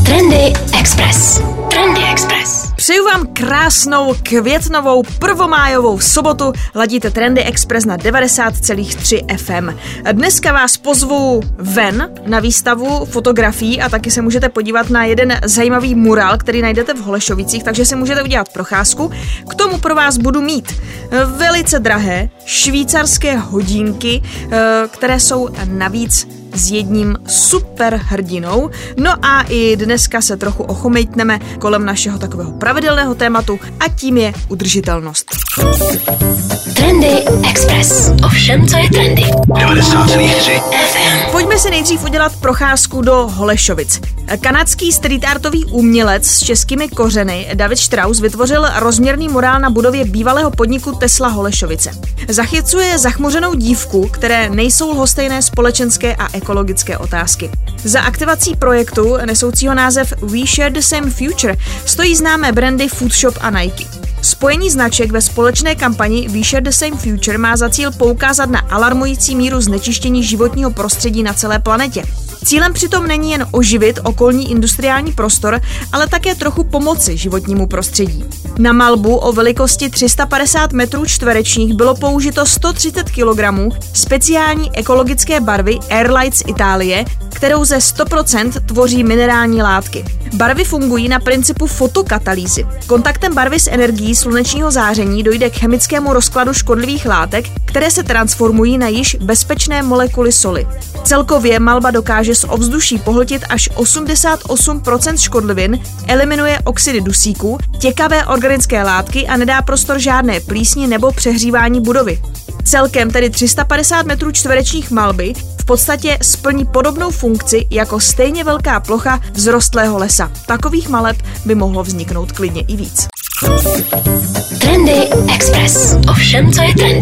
Trendy Express. Trendy Express. Přeju vám krásnou květnovou prvomájovou sobotu. Ladíte Trendy Express na 90,3 FM. Dneska vás pozvu ven na výstavu fotografií a taky se můžete podívat na jeden zajímavý murál, který najdete v Holešovicích, takže si můžete udělat procházku. K tomu pro vás budu mít velice drahé švýcarské hodinky, které jsou navíc s jedním superhrdinou. No a i dneska se trochu ochomejtneme kolem našeho takového pravidelného tématu a tím je udržitelnost. Trendy Express. O všem, co je trendy. 90,3 FM. Pojďme si nejdřív udělat procházku do Holešovic. Kanadský street artový umělec s českými kořeny David Strauss vytvořil rozměrný murál na budově bývalého podniku Tesla Holešovice. Zachycuje zachmuřenou dívku, které nejsou lhostejné společenské a ekologické otázky. Za aktivací projektu nesoucího název We Share the Same Future stojí známé brandy Foodshop a Nike. Spojení značek ve společné kampani We Share the Same Future má za cíl poukázat na alarmující míru znečištění životního prostředí na celé planetě. Cílem přitom není jen oživit okolní industriální prostor, ale také trochu pomoci životnímu prostředí. Na malbu o velikosti 350 metrů čtverečních bylo použito 130 kg speciální ekologické barvy Airlights Itálie, kterou ze 100% tvoří minerální látky. Barvy fungují na principu fotokatalýzy. Kontaktem barvy s energií slunečního záření dojde k chemickému rozkladu škodlivých látek, které se transformují na již bezpečné molekuly soli. Celkově malba dokáže z ovzduší pohltit až 88% škodlivin, eliminuje oxidy dusíku, těkavé organické látky a nedá prostor žádné plísni nebo přehřívání budovy. Celkem tedy 350 metrů čtverečních malby v podstatě splní podobnou funkci jako stejně velká plocha vzrostlého lesa. Takových maleb by mohlo vzniknout klidně i víc. Trendy Express. O všem, co je trendy.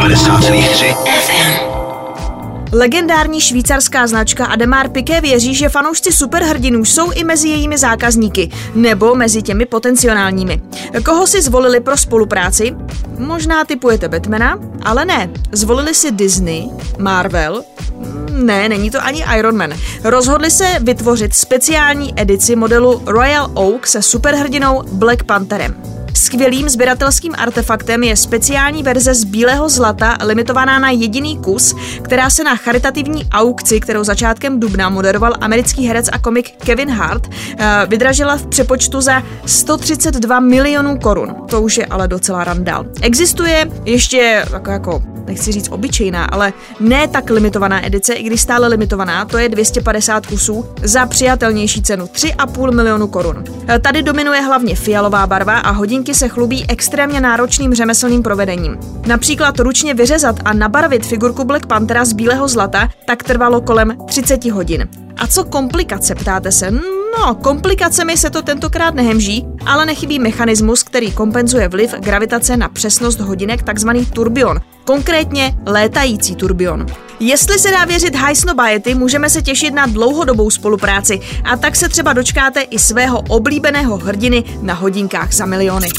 90,3 FM. Legendární švýcarská značka Audemars Piguet věří, že fanoušci superhrdinů jsou i mezi jejími zákazníky, nebo mezi těmi potenciálními. Koho si zvolili pro spolupráci? Možná tipujete Batmana, ale ne. Zvolili si Disney, Marvel, ne, není to ani Iron Man. Rozhodli se vytvořit speciální edici modelu Royal Oak se superhrdinou Black Pantherem. Skvělým sběratelským artefaktem je speciální verze z bílého zlata, limitovaná na jediný kus, která se na charitativní aukci, kterou začátkem dubna moderoval americký herec a komik Kevin Hart, vydražila v přepočtu za 132 milionů korun. To už je ale docela randál. Existuje ještě jako nechci říct obyčejná, ale ne tak limitovaná edice, i když stále limitovaná, to je 250 kusů za přijatelnější cenu 3,5 milionu korun. Tady dominuje hlavně fialová barva a hodinky se chlubí extrémně náročným řemeslným provedením. Například ručně vyřezat a nabarvit figurku Black Panthera z bílého zlata tak trvalo kolem 30 hodin. A co komplikace, ptáte se? No, komplikacemi se to tentokrát nehemží, ale nechybí mechanismus, který kompenzuje vliv gravitace na přesnost hodinek, takzvaný turbion. Konkrétně létající turbion. Jestli se dá věřit High Snobiety, můžeme se těšit na dlouhodobou spolupráci a tak se třeba dočkáte i svého oblíbeného hrdiny na hodinkách za miliony.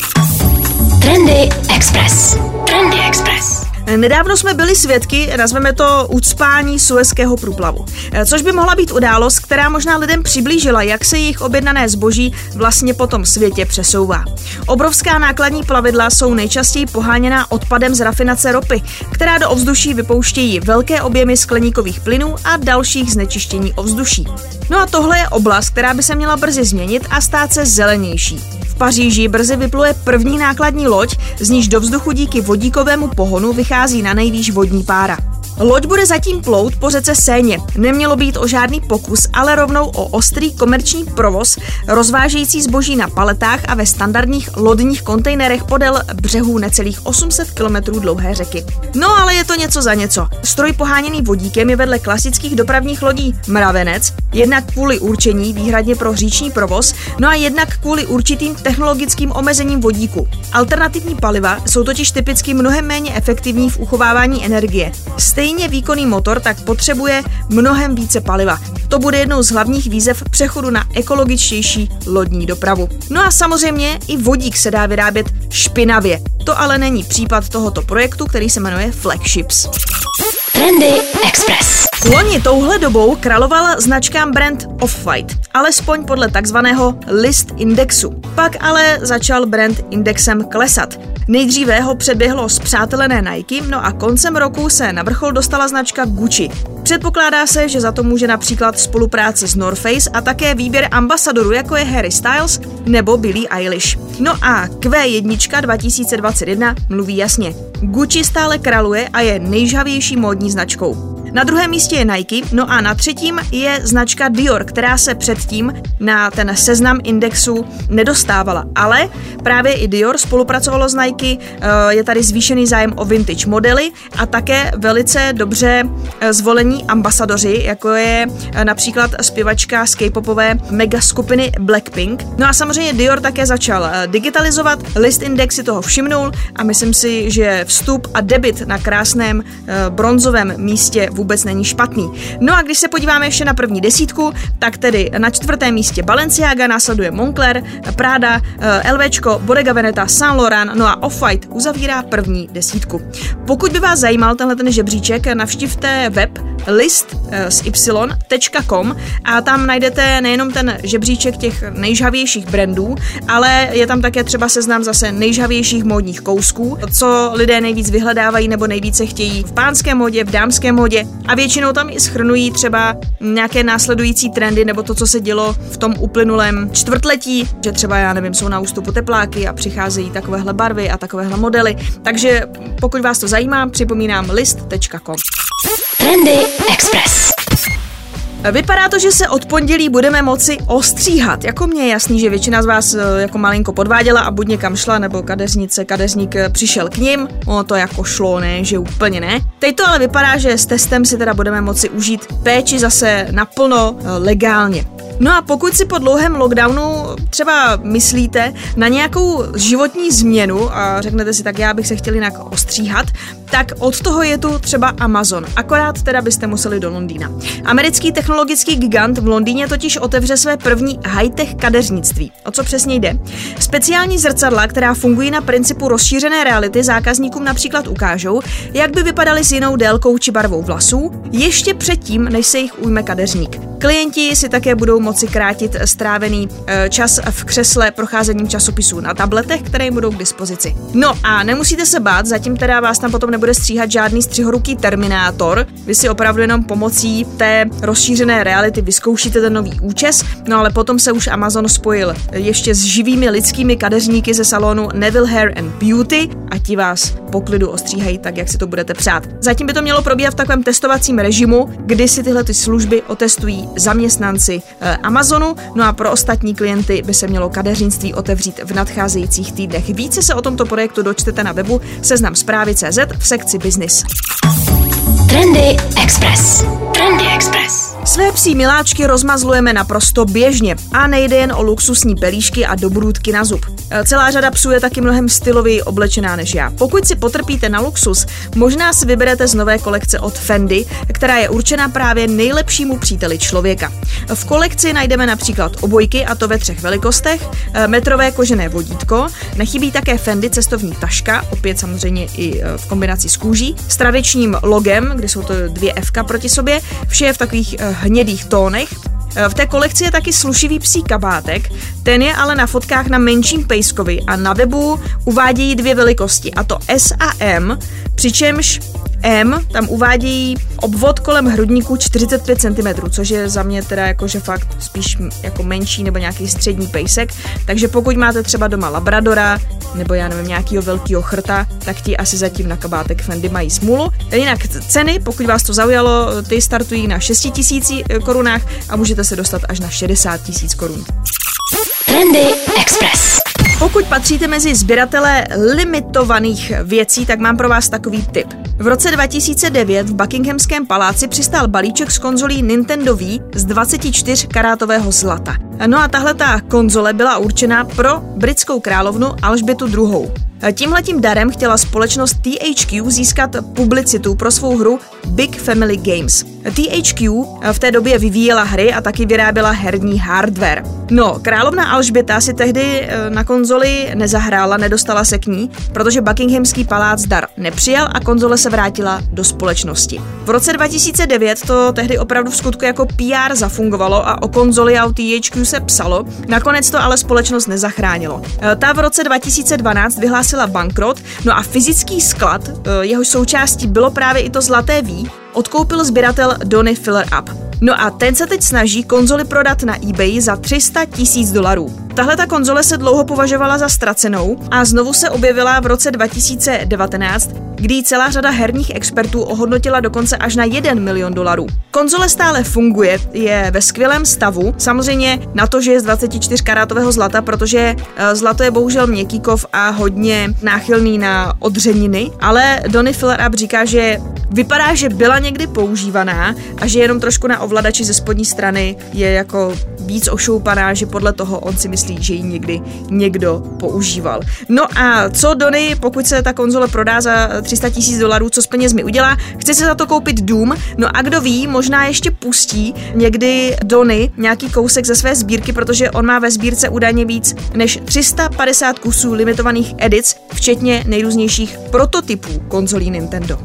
Trendy Express. Trendy Express. Nedávno jsme byli svědky, nazveme to ucpání Suezského průplavu, což by mohla být událost, která možná lidem přiblížila, jak se jejich objednané zboží vlastně po tom světě přesouvá. Obrovská nákladní plavidla jsou nejčastěji poháněná odpadem z rafinace ropy, která do ovzduší vypouštějí velké objemy skleníkových plynů a dalších znečištění ovzduší. No a tohle je oblast, která by se měla brzy změnit a stát se zelenější. V Paříži brzy vypluje první nákladní loď, z níž do vzduchu díky vodíkovému pohonu vychází na nejvýš vodní pára. Loď bude zatím plout po řece Séně. Nemělo být o žádný pokus, ale rovnou o ostrý komerční provoz, rozvážející zboží na paletách a ve standardních lodních kontejnerech podél břehů necelých 800 km dlouhé řeky. No ale je to něco za něco. Stroj poháněný vodíkem je vedle klasických dopravních lodí mravenec, jednak kvůli určení výhradně pro říční provoz, no a jednak kvůli určitým technologickým omezením vodíku. Alternativní paliva jsou totiž typicky mnohem méně efektivní v uchovávání energie. Stejně výkonný motor tak potřebuje mnohem více paliva. To bude jednou z hlavních výzev přechodu na ekologičtější lodní dopravu. No a samozřejmě i vodík se dá vyrábět špinavě. To ale není případ tohoto projektu, který se jmenuje Flagships. Trendy Express. Loni touhle dobou královal značkám brand Off-White, alespoň podle takzvaného list indexu. Pak ale začal brand indexem klesat. Nejdříve ho předběhlo spřátelené Nike, no a koncem roku se na vrchol dostala značka Gucci. Předpokládá se, že za to může například spolupráce s North Face a také výběr ambasadorů, jako je Harry Styles nebo Billie Eilish. No a Q1 2021 mluví jasně. Gucci stále králuje a je nejžhavější módní značkou. Na druhém místě je Nike, no a na třetím je značka Dior, která se předtím na ten seznam indexu nedostávala. Ale právě i Dior spolupracovalo s Nike, je tady zvýšený zájem o vintage modely a také velice dobře zvolení ambasadoři, jako je například zpěvačka z K-popové mega skupiny Blackpink. No a samozřejmě Dior také začal digitalizovat, list index si toho všimnul a myslím si, že vstup a debut na krásném bronzovém místě vůbec není špatný. No a když se podíváme ještě na první desítku, tak tedy na 4. místě Balenciaga, následuje Moncler, Prada, LVčko, Bottega Veneta, Saint Laurent, no a Off-White uzavírá první desítku. Pokud by vás zajímal tenhle ten žebříček, navštivte web list.com a tam najdete nejenom ten žebříček těch nejžhavějších brandů, ale je tam také třeba seznam zase nejžhavějších módních kousků, co lidé nejvíc vyhledávají nebo nejvíce chtějí v pánské módě, v dámské módě a většinou tam i shrnují třeba nějaké následující trendy nebo to, co se dělo v tom uplynulém čtvrtletí, že třeba, já nevím, jsou na ústupu tepláky a přicházejí takovéhle barvy a takovéhle modely. Takže pokud vás to zajímá, připomínám list.com. Trendy Express. Vypadá to, že se od pondělí budeme moci ostříhat. Jako mně je jasný, že většina z vás jako malinko podváděla a buď někam šla, nebo kadeřník přišel k nim. Ono to jako šlo, ne, že úplně ne. Teď to ale vypadá, že s testem si teda budeme moci užít péči zase naplno legálně. No a pokud si po dlouhém lockdownu třeba myslíte na nějakou životní změnu a řeknete si, tak já bych se chtěl jinak ostříhat, tak od toho je tu třeba Amazon. Akorát teda byste museli do Londýna. Americký technologický gigant v Londýně totiž otevře své první high-tech kadeřnictví. O co přesně jde? Speciální zrcadla, která fungují na principu rozšířené reality, zákazníkům například ukážou, jak by vypadaly s jinou délkou či barvou vlasů, ještě předtím, než se jich ujme kadeřník. Klienti si také budou moci krátit strávený čas v křesle procházením časopisů na tabletech, které jim budou k dispozici. No a nemusíte se bát, zatím teda vás tam potom nebude stříhat žádný střihoruký terminátor. Vy si opravdu jenom pomocí té rozšířené reality vyzkoušíte ten nový účes, no ale potom se už Amazon spojil ještě s živými lidskými kadeřníky ze salonu Neville Hair and Beauty a ti vás po klidu ostříhají tak, jak si to budete přát. Zatím by to mělo probíhat v takovém testovacím režimu, kdy si tyhle ty služby otestují zaměstnanci Amazonu, no a pro ostatní klienty by se mělo kadeřnictví otevřít v nadcházejících týdnech. Více se o tomto projektu dočtete na webu seznamzpravy.cz v sekci Business. Trendy Express. Trendy Express. Své psí miláčky rozmazlujeme naprosto běžně a nejde jen o luxusní pelíšky a dobrůdky na zub. Celá řada psů je taky mnohem stylověji oblečená než já. Pokud si potrpíte na luxus, možná si vyberete z nové kolekce od Fendi, která je určena právě nejlepšímu příteli člověka. V kolekci najdeme například obojky, a to ve 3 velikostech, metrové kožené vodítko, nechybí také Fendi cestovní taška, opět samozřejmě i v kombinaci s kůží, s tradičním logem, kde jsou to 2 F proti sobě, vše je v takových hnědých tónech. V té kolekci je taky slušivý psí kabátek, ten je ale na fotkách na menším pejskovi a na webu uvádějí 2 velikosti, a to S a M, přičemž M tam uvádějí obvod kolem hrudníku 45 cm, což je za mě teda jakože fakt spíš jako menší nebo nějaký střední pejsek, takže pokud máte třeba doma labradora nebo já nevím nějakýho velkýho chrta, tak ti asi zatím na kabátek Fendi mají smůlu. Jinak ceny, pokud vás to zaujalo, ty startují na 6 000 korunách a můžete se dostat až na 60 000 korun. Trendy Express. Pokud patříte mezi sběratele limitovaných věcí, tak mám pro vás takový tip. V roce 2009 v Buckinghamském paláci přistál balíček z konzolí Nintendo Wii z 24karátového zlata. No a tahleta konzole byla určena pro britskou královnu Alžbětu II. Tímhletím darem chtěla společnost THQ získat publicitu pro svou hru Big Family Games. THQ v té době vyvíjela hry a taky vyráběla herní hardware. No, královna Alžběta si tehdy na konzoli nezahrála, nedostala se k ní, protože Buckinghamský palác dar nepřijal a konzole se vrátila do společnosti. V roce 2009 to tehdy opravdu v skutku jako PR zafungovalo a o konzoli a o THQ se psalo, nakonec to ale společnost nezachránilo. Ta v roce 2012 vyhlásila bankrot, no a fyzický sklad, jehož součástí bylo právě i to zlaté ví, odkoupil sběratel Donny Filler Up. No a ten se teď snaží konzoli prodat na eBay za $300,000. Tahle ta konzole se dlouho považovala za ztracenou a znovu se objevila v roce 2019, kdy celá řada herních expertů ohodnotila dokonce až na $1 milion. Konzole stále funguje, je ve skvělém stavu, samozřejmě na to, že je z 24 karátového zlata, protože zlato je bohužel měkký kov a hodně náchylný na odřeniny, ale Donny Filler Up říká, že vypadá, že byla někdy používaná a že jenom trošku na ovladači ze spodní strany je jako víc ošoupaná, že podle toho on si myslí, že ji někdy někdo používal. No a co Donny, pokud se ta konzole prodá za $300,000, co s penězmi udělá? Chce se za to koupit dům? No a kdo ví, možná ještě pustí někdy Donny nějaký kousek ze své sbírky, protože on má ve sbírce údajně víc než 350 kusů limitovaných edic, včetně nejrůznějších prototypů konzolí Nintendo.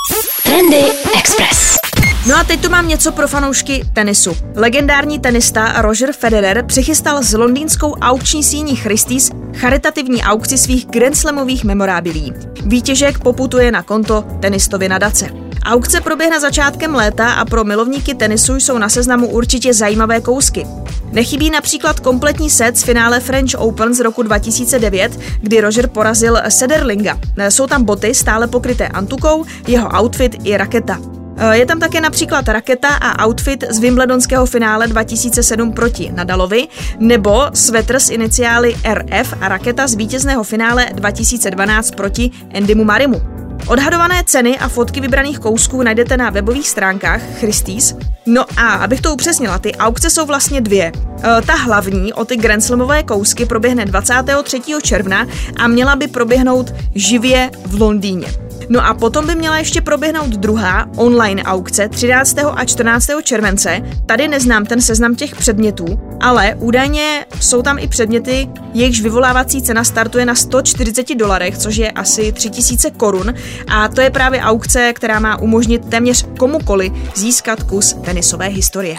Trendy Express. No a teď tu mám něco pro fanoušky tenisu. Legendární tenista Roger Federer přichystal s londýnskou aukční síní Christie's charitativní aukci svých grandslamových memorábilí. Výtěžek poputuje na konto tenistovy nadace. Aukce proběhne začátkem léta a pro milovníky tenisu jsou na seznamu určitě zajímavé kousky. Nechybí například kompletní set z finále French Open z roku 2009, kdy Roger porazil Sederlinga. Jsou tam boty stále pokryté antukou, jeho outfit i raketa. Je tam také například raketa a outfit z wimbledonského finále 2007 proti Nadalovi, nebo svetr s iniciály RF a raketa z vítězného finále 2012 proti Andymu Murraymu. Odhadované ceny a fotky vybraných kousků najdete na webových stránkách Christie's. No a abych to upřesnila, ty aukce jsou vlastně dvě. Ta hlavní o ty grandslamové kousky proběhne 23. června a měla by proběhnout živě v Londýně. No a potom by měla ještě proběhnout druhá online aukce 13. a 14. července. Tady neznám ten seznam těch předmětů, ale údajně jsou tam i předměty, jejichž vyvolávací cena startuje na $140, což je asi 3,000 korun. A to je právě aukce, která má umožnit téměř komukoli získat kus tenisové historie.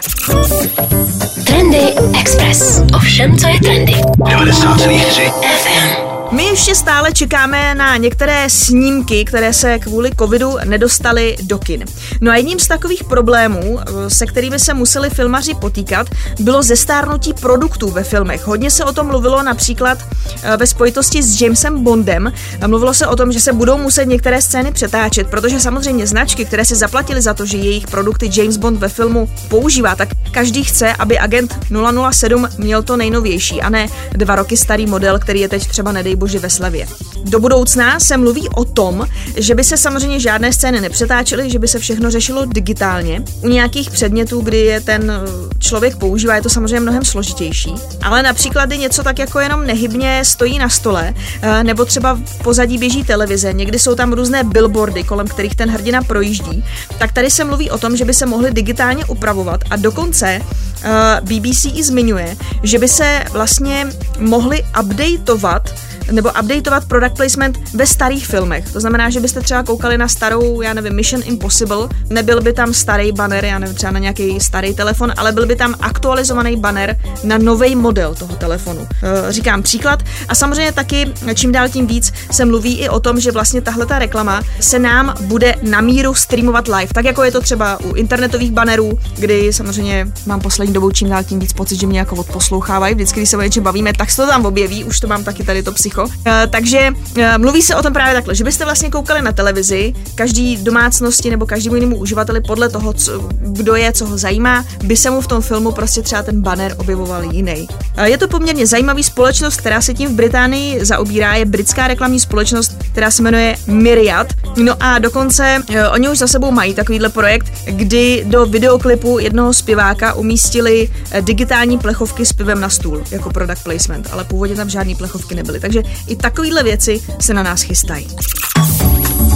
Trendy Express. Ovšem, co je trendy. 90,3 FM. My ještě stále čekáme na některé snímky, které se kvůli covidu nedostaly do kin. No a jedním z takových problémů, se kterými se museli filmaři potýkat, bylo zestárnutí produktů ve filmech. Hodně se o tom mluvilo například ve spojitosti s Jamesem Bondem. Mluvilo se o tom, že se budou muset některé scény přetáčet, protože samozřejmě značky, které si zaplatili za to, že jejich produkty James Bond ve filmu používá, tak každý chce, aby agent 007 měl to nejnovější a ne 2 roky starý model, který je teď třeba nedej bože ve slevě. Do budoucna se mluví o tom, že by se samozřejmě žádné scény nepřetáčely, že by se všechno řešilo digitálně. U nějakých předmětů, kdy je ten člověk používá, je to samozřejmě mnohem složitější, ale například je něco tak jako jenom nehybně stojí na stole, nebo třeba v pozadí běží televize, někdy jsou tam různé billboardy, kolem kterých ten hrdina projíždí, tak tady se mluví o tom, že by se mohly digitálně upravovat a dokonce BBC i zmiňuje, že by se vlastně mohly updateovat product placement ve starých filmech. To znamená, že byste třeba koukali na starou, já nevím, Mission Impossible, nebyl by tam starý banner, já nevím, třeba na nějaký starý telefon, ale byl by tam aktualizovaný banner na nový model toho telefonu. Říkám příklad. A samozřejmě taky čím dál tím víc se mluví i o tom, že vlastně tahleta reklama se nám bude na míru streamovat live, tak jako je to třeba u internetových bannerů, kdy samozřejmě mám poslední dobou čím dál tím víc pocit, že mě jako odposlouchávají. Vždycky, když se o něčem bavíme, tak se to tam objeví, už to mám taky tady to psycho. Takže mluví se o tom právě takhle, že byste vlastně koukali na televizi, každý domácnosti nebo každému jinému uživateli podle toho, kdo je, co ho zajímá, by se mu v tom filmu prostě třeba ten banner objevoval jiný. Je to poměrně zajímavý společnost, která se tím v Británii zaobírá, je britská reklamní společnost, která se jmenuje Myriad. No a dokonce oni už za sebou mají takovýhle projekt, kdy do videoklipu jednoho zpěváka umístili digitální plechovky s pivem na stůl jako product placement, ale původně tam žádný plechovky nebyly. Takže i takovýhle věci se na nás chystají.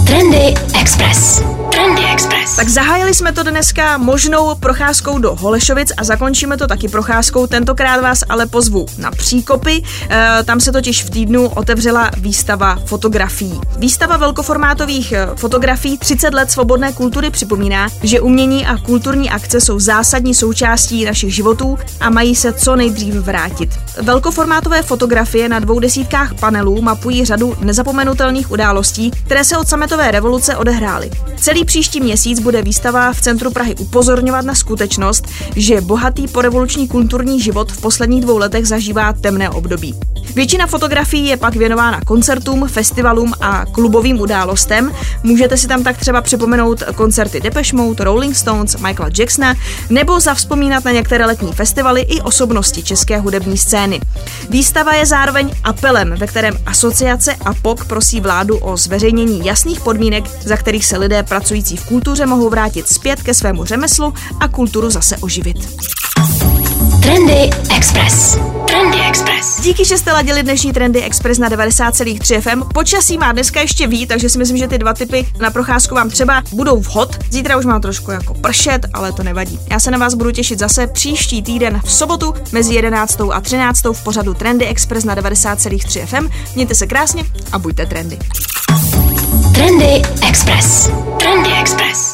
Trendy Express. Trendy Express. Tak zahájili jsme to dneska možnou procházkou do Holešovic a zakončíme to taky procházkou. Tentokrát vás ale pozvu na Příkopy. Tam se totiž v týdnu otevřela výstava fotografií. Výstava velkoformátových fotografií 30 let svobodné kultury připomíná, že umění a kulturní akce jsou zásadní součástí našich životů a mají se co nejdřív vrátit. Velkoformátové fotografie na 200 panelů mapují řadu nezapomenutelných událostí, které se od sametové revoluce odehrály. Celý příští měsíc bude výstava v centru Prahy upozorňovat na skutečnost, že bohatý porevoluční kulturní život v posledních 2 letech zažívá temné období. Většina fotografií je pak věnována koncertům, festivalům a klubovým událostem. Můžete si tam tak třeba připomenout koncerty Depeche Mode, Rolling Stones, Michaela Jacksona nebo zavzpomínat na některé letní festivaly i osobnosti české hudební scény. Výstava je zároveň apelem, ve kterém asociace APOK prosí vládu o zveřejnění jasných podmínek, za kterých se lidé pracující v kultuře mohou vrátit zpět ke svému řemeslu a kulturu zase oživit. Trendy Express. Trendy Express. Díky, že jste ladili dnešní Trendy Express na 90,3 FM. Počasí má dneska ještě víc, takže si myslím, že ty 2 tipy na procházku vám třeba budou vhod. Zítra už má trošku jako pršet, ale to nevadí. Já se na vás budu těšit zase příští týden v sobotu mezi 11. a 13. v pořadu Trendy Express na 90,3 FM. Mějte se krásně a buďte trendy. Trendy Express. Trendy Express.